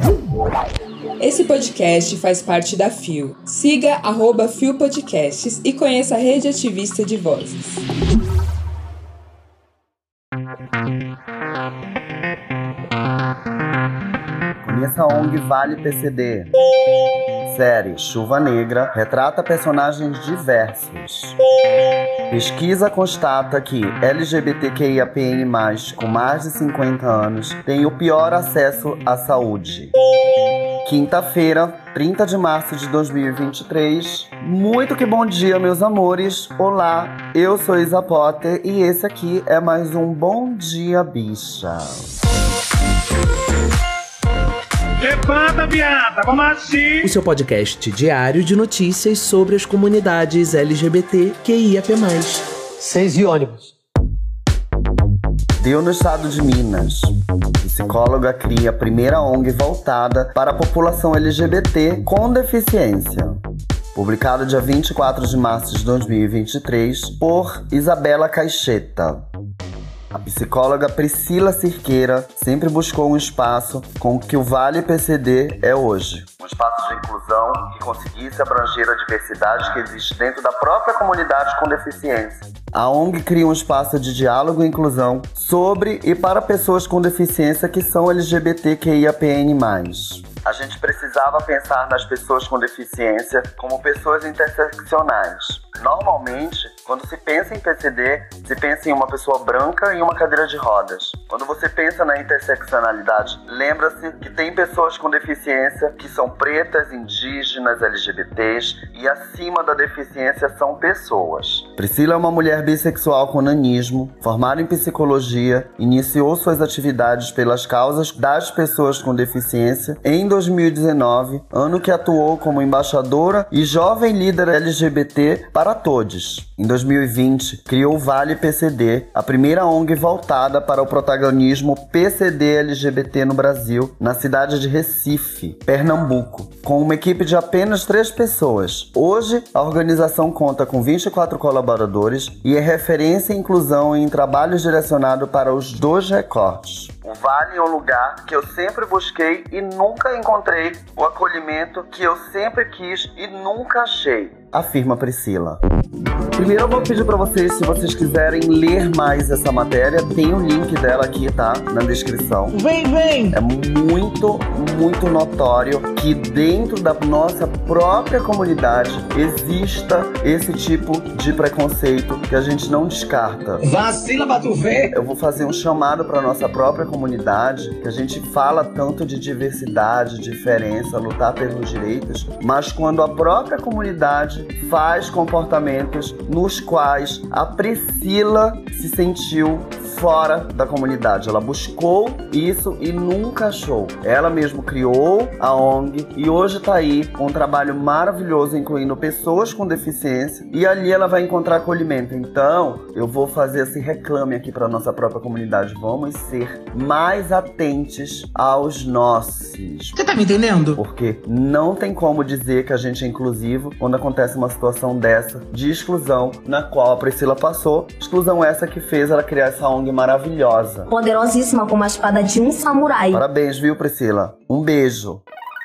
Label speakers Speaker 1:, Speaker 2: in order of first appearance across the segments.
Speaker 1: Esse podcast faz parte da FIO. Siga @FIO Podcasts e conheça a rede ativista de vozes.
Speaker 2: Conheça a ONG Vale PCD. Série Chuva Negra retrata personagens diversos. Pesquisa constata que LGBTQIAPN+, com mais de 50 anos, têm o pior acesso à saúde. Quinta-feira, 30 de março de 2023. Muito que bom dia, meus amores. Olá, eu sou Isa Potter e esse aqui é mais um Bom Dia Bicha.
Speaker 3: Levanta, viada, vamos assim!
Speaker 4: O seu podcast diário de notícias sobre as comunidades LGBTQIAP+.
Speaker 5: 6 e ônibus.
Speaker 2: Deu no estado de Minas. Psicóloga cria a primeira ONG voltada para a população LGBT com deficiência. Publicado dia 24 de março de 2023 por Isabela Caixeta. A psicóloga Priscila Cirqueira sempre buscou um espaço com o que o Vale PCD é hoje. Um espaço de inclusão que conseguisse abranger a diversidade que existe dentro da própria comunidade com deficiência. A ONG cria um espaço de diálogo e inclusão sobre e para pessoas com deficiência que são LGBTQIAPN+. A gente precisava pensar nas pessoas com deficiência como pessoas interseccionais. Normalmente, quando se pensa em PCD, se pensa em uma pessoa branca e uma cadeira de rodas. Quando você pensa na interseccionalidade, lembra-se que tem pessoas com deficiência que são pretas, indígenas, LGBTs e acima da deficiência são pessoas. Priscila é uma mulher bissexual com nanismo, formada em psicologia, iniciou suas atividades pelas causas das pessoas com deficiência em 2019, ano que atuou como embaixadora e jovem líder LGBT para todos. Em 2020, criou o Vale PCD, a primeira ONG voltada para o protagonismo PCD LGBT no Brasil, na cidade de Recife, Pernambuco, com uma equipe de apenas 3 pessoas. Hoje, a organização conta com 24 colaboradores e é referência em inclusão em trabalhos direcionados para os 2 recortes. O Vale é um lugar que eu sempre busquei e nunca encontrei o acolhimento que eu sempre quis e nunca achei, afirma Priscila. Primeiro eu vou pedir para vocês, se vocês quiserem ler mais essa matéria, tem o link dela aqui, tá? Na descrição.
Speaker 5: Vem!
Speaker 2: É muito notório que dentro da nossa própria comunidade exista esse tipo de preconceito que a gente não descarta.
Speaker 5: Vacila pra tu ver!
Speaker 2: Eu vou fazer um chamado para nossa própria comunidade, que a gente fala tanto de diversidade, diferença, lutar pelos direitos, mas quando a própria comunidade faz comportamentos nos quais a Priscila se sentiu fora da comunidade. Ela buscou isso e nunca achou. Ela mesma criou a ONG e hoje tá aí com um trabalho maravilhoso, incluindo pessoas com deficiência, e ali ela vai encontrar acolhimento. Então, eu vou fazer esse reclame aqui para nossa própria comunidade. Vamos ser mais atentos aos nossos.
Speaker 5: Você tá me entendendo?
Speaker 2: Porque não tem como dizer que a gente é inclusivo quando acontece uma situação dessa de exclusão na qual a Priscila passou. Exclusão essa que fez ela criar essa ONG maravilhosa.
Speaker 6: Poderosíssima como a espada de um samurai.
Speaker 2: Parabéns, viu, Priscila? Um beijo.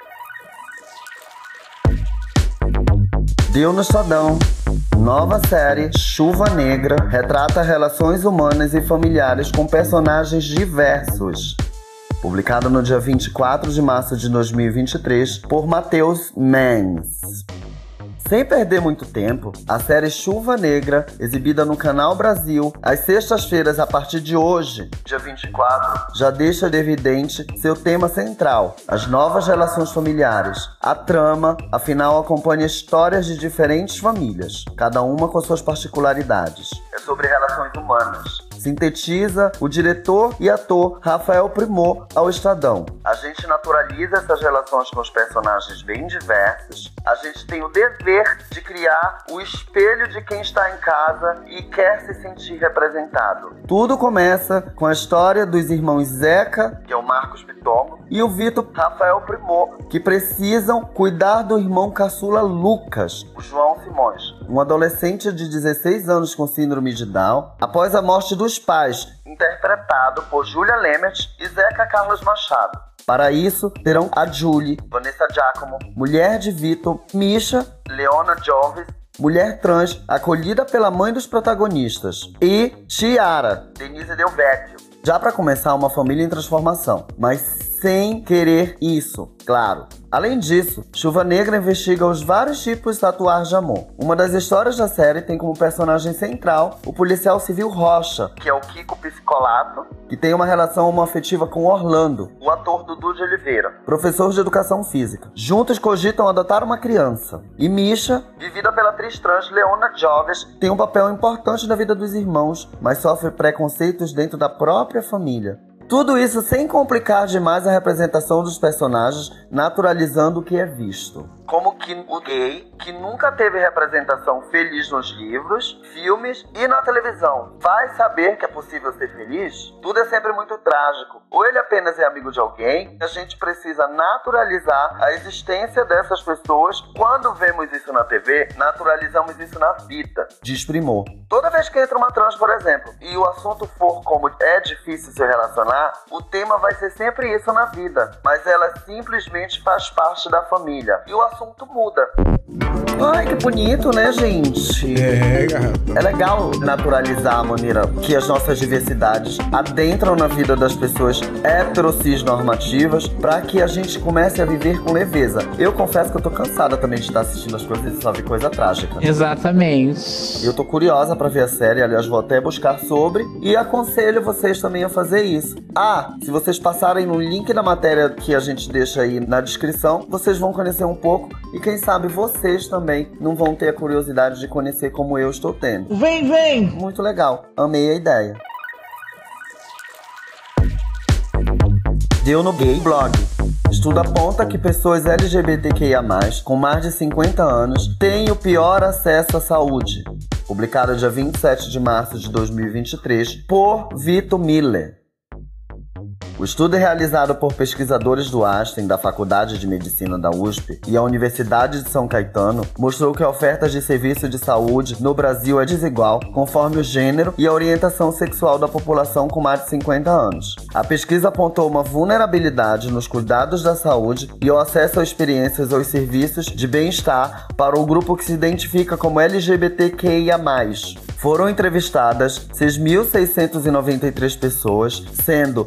Speaker 2: Deu no Estadão. Nova série Chuva Negra retrata relações humanas e familiares com personagens diversos. Publicado no dia 24 de março de 2023 por Matheus Mendes. Sem perder muito tempo, a série Chuva Negra, exibida no Canal Brasil, às sextas-feiras a partir de hoje, dia 24, já deixa de evidente seu tema central, as novas relações familiares. A trama, afinal, acompanha histórias de diferentes famílias, cada uma com suas particularidades. É sobre relações humanas. Sintetiza o diretor e ator Rafael Primor ao Estadão. A gente naturaliza essas relações com os personagens bem diversos. A gente tem o dever de criar o espelho de quem está em casa e quer se sentir representado. Tudo começa com a história dos irmãos Zeca, que é o Marcos Pitongo, e o Vitor Rafael Primor, que precisam cuidar do irmão caçula Lucas, o João Simões, um adolescente de 16 anos com síndrome de Down, após a morte dos pais, interpretado por Júlia Lemert e Zeca Carlos Machado. Para isso, terão a Julie, Vanessa Giacomo, mulher de Vitor, Misha, Leona Jovis, mulher trans acolhida pela mãe dos protagonistas, e Chiara, Denise Del Vecchio. Já para começar, uma família em transformação, mas sem querer isso, claro. Além disso, Chuva Negra investiga os vários tipos de tatuagens de amor. Uma das histórias da série tem como personagem central o policial civil Rocha, que é o Kiko Psicolato, que tem uma relação homoafetiva com Orlando, o ator Dudu de Oliveira, professor de educação física. Juntos cogitam adotar uma criança. E Misha, vivida pela atriz trans Leona Jovis, tem um papel importante na vida dos irmãos, mas sofre preconceitos dentro da própria família. Tudo isso sem complicar demais a representação dos personagens, naturalizando o que é visto. Como que o gay, que nunca teve representação feliz nos livros, filmes e na televisão, vai saber que é possível ser feliz? Tudo é sempre muito trágico. Ou ele apenas é amigo de alguém, a gente precisa naturalizar a existência dessas pessoas. Quando vemos isso na TV, naturalizamos isso na vida, diz Primor. Toda vez que entra uma trans, por exemplo, e o assunto for como é difícil se relacionar, o tema vai ser sempre isso na vida, mas ela simplesmente faz parte da família. E o assunto muda. Ai, que bonito, né, gente? É legal naturalizar a maneira que as nossas diversidades adentram na vida das pessoas heterocis normativas para que a gente comece a viver com leveza. Eu confesso que eu tô cansada também de estar assistindo as coisas e só ver coisa trágica.
Speaker 4: Exatamente.
Speaker 2: Eu tô curiosa pra ver a série, aliás, vou até buscar sobre e aconselho vocês também a fazer isso. Ah, se vocês passarem no link da matéria que a gente deixa aí na descrição, vocês vão conhecer um pouco e quem sabe vocês também não vão ter a curiosidade de conhecer como eu estou tendo.
Speaker 5: Vem, vem!
Speaker 2: Muito legal, amei a ideia. Deu no Gay Blog. Estudo aponta que pessoas LGBTQIA+, com mais de 50 anos, têm o pior acesso à saúde. Publicado dia 27 de março de 2023 por Vitor Miller. O estudo é realizado por pesquisadores do Einstein, da Faculdade de Medicina da USP e a Universidade de São Caetano, mostrou que a oferta de serviço de saúde no Brasil é desigual conforme o gênero e a orientação sexual da população com mais de 50 anos. A pesquisa apontou uma vulnerabilidade nos cuidados da saúde e o acesso a experiências ou serviços de bem-estar para o grupo que se identifica como LGBTQIA+. Foram entrevistadas 6.693 pessoas, sendo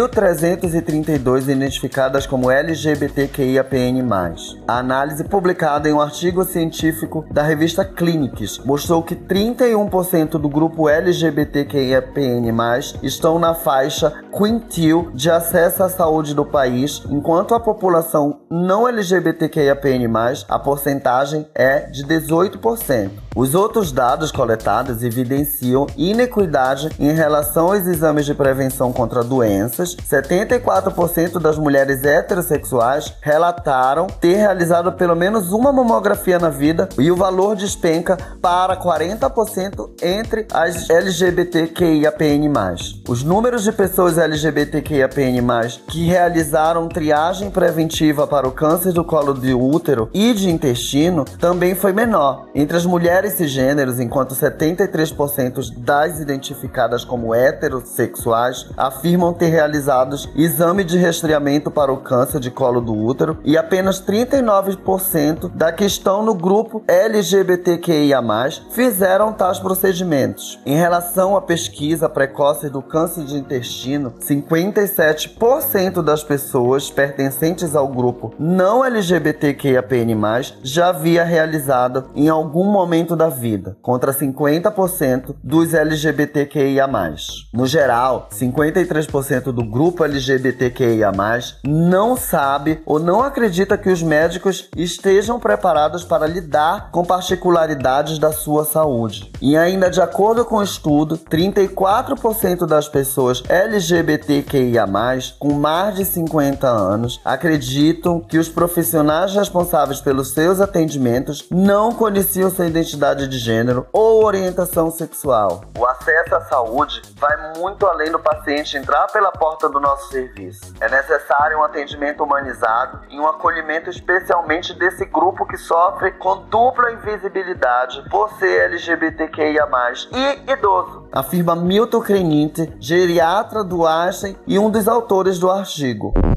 Speaker 2: 1.332 identificadas como LGBTQIAPN+. A análise publicada em um artigo científico da revista Clinics mostrou que 31% do grupo LGBTQIAPN+, estão na faixa quintil de acesso à saúde do país, enquanto a população não LGBTQIAPN+, a porcentagem é de 18%. Os outros dados coletados evidenciam inequidade em relação aos exames de prevenção contra doenças. 74% das mulheres heterossexuais relataram ter realizado pelo menos uma mamografia na vida e o valor despenca para 40% entre as LGBTQIAPN+. Os números de pessoas LGBTQIAPN+, que realizaram triagem preventiva para o câncer do colo de útero e de intestino também foi menor. Entre as mulheres cisgêneros, enquanto 73% das identificadas como heterossexuais afirmam ter realizado exame de rastreamento para o câncer de colo do útero e apenas 39% da que estão no grupo LGBTQIA+, fizeram tais procedimentos. Em relação à pesquisa precoce do câncer de intestino, 57% das pessoas pertencentes ao grupo não LGBTQIAPN+, já havia realizado em algum momento da vida, contra 50% dos LGBTQIA+. No geral, 53% do grupo LGBTQIA+, não sabe ou não acredita que os médicos estejam preparados para lidar com particularidades da sua saúde. E ainda de acordo com o estudo, 34% das pessoas LGBTQIA+, com mais de 50 anos, acreditam que os profissionais responsáveis pelos seus atendimentos não conheciam sua identidade de gênero ou orientação sexual. O acesso à saúde vai muito além do paciente entrar pela porta do nosso serviço. É necessário um atendimento humanizado e um acolhimento especialmente desse grupo que sofre com dupla invisibilidade por ser LGBTQIA+, e idoso, afirma Milton Krenite, geriatra do Einstein e um dos autores do artigo.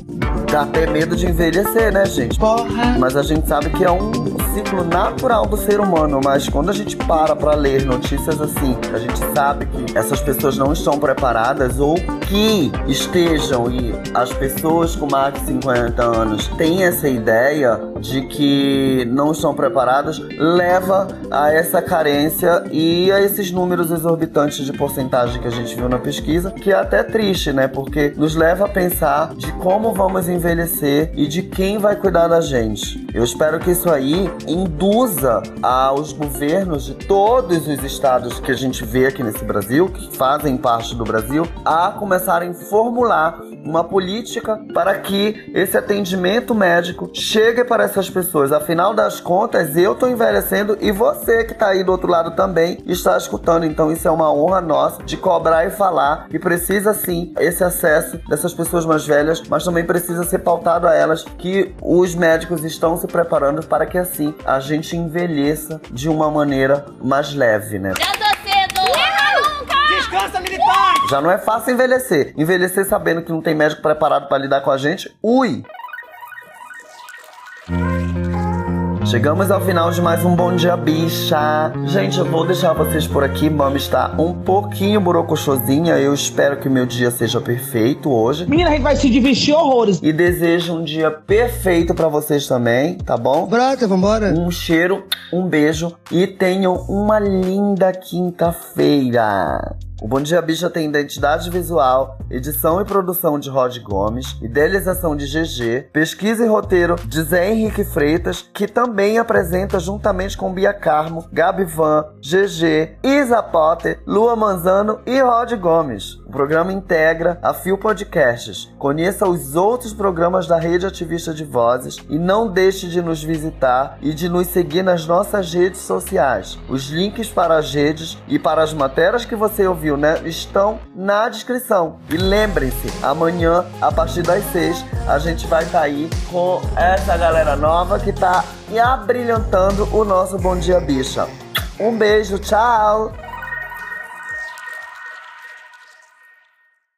Speaker 2: dá até medo de envelhecer, né, gente?
Speaker 5: Porra!
Speaker 2: Mas a gente sabe que é um ciclo natural do ser humano. Mas quando a gente para ler notícias assim, a gente sabe que essas pessoas não estão preparadas ou que estejam, e as pessoas com mais de 50 anos têm essa ideia de que não estão preparadas, leva a essa carência e a esses números exorbitantes de porcentagem que a gente viu na pesquisa, que é até triste, né? Porque nos leva a pensar de como vamos envelhecer e de quem vai cuidar da gente. Eu espero que isso aí induza aos governos de todos os estados que a gente vê aqui nesse Brasil, que fazem parte do Brasil, a começarem a formular uma política para que esse atendimento médico chegue para essas pessoas. Afinal das contas, eu tô envelhecendo e você que tá aí do outro lado também está escutando. Então isso é uma honra nossa de cobrar e falar que precisa sim esse acesso dessas pessoas mais velhas, mas também precisa ser pautado a elas que os médicos estão se preparando para que assim a gente envelheça de uma maneira mais leve, né?
Speaker 5: Descansa, militar!
Speaker 2: Já não é fácil envelhecer. Envelhecer sabendo que não tem médico preparado para lidar com a gente, ui! Chegamos ao final de mais um Bom Dia Bicha. Gente, eu vou deixar vocês por aqui. Mami está um pouquinho borocochosinha. Eu espero que o meu dia seja perfeito hoje.
Speaker 5: Menina, a gente vai se divertir horrores.
Speaker 2: E desejo um dia perfeito pra vocês também, tá bom?
Speaker 5: Brota, vambora.
Speaker 2: Um cheiro, um beijo e tenham uma linda quinta-feira. O Bom Dia Bicha tem identidade visual, edição e produção de Rod Gomes, idealização de GG, pesquisa e roteiro de Zé Henrique Freitas, que também apresenta juntamente com Bia Carmo, Gabi Van, GG, Isa Potter, Lua Manzano e Rod Gomes. O programa integra a Fio Podcasts. Conheça os outros programas da Rede Ativista de Vozes e não deixe de nos visitar e de nos seguir nas nossas redes sociais. Os links para as redes e para as matérias que você ouviu, né, estão na descrição. E lembrem-se, amanhã, a partir das 6, a gente vai estar aí com essa galera nova que tá abrilhantando o nosso Bom Dia Bicha. Um beijo, tchau!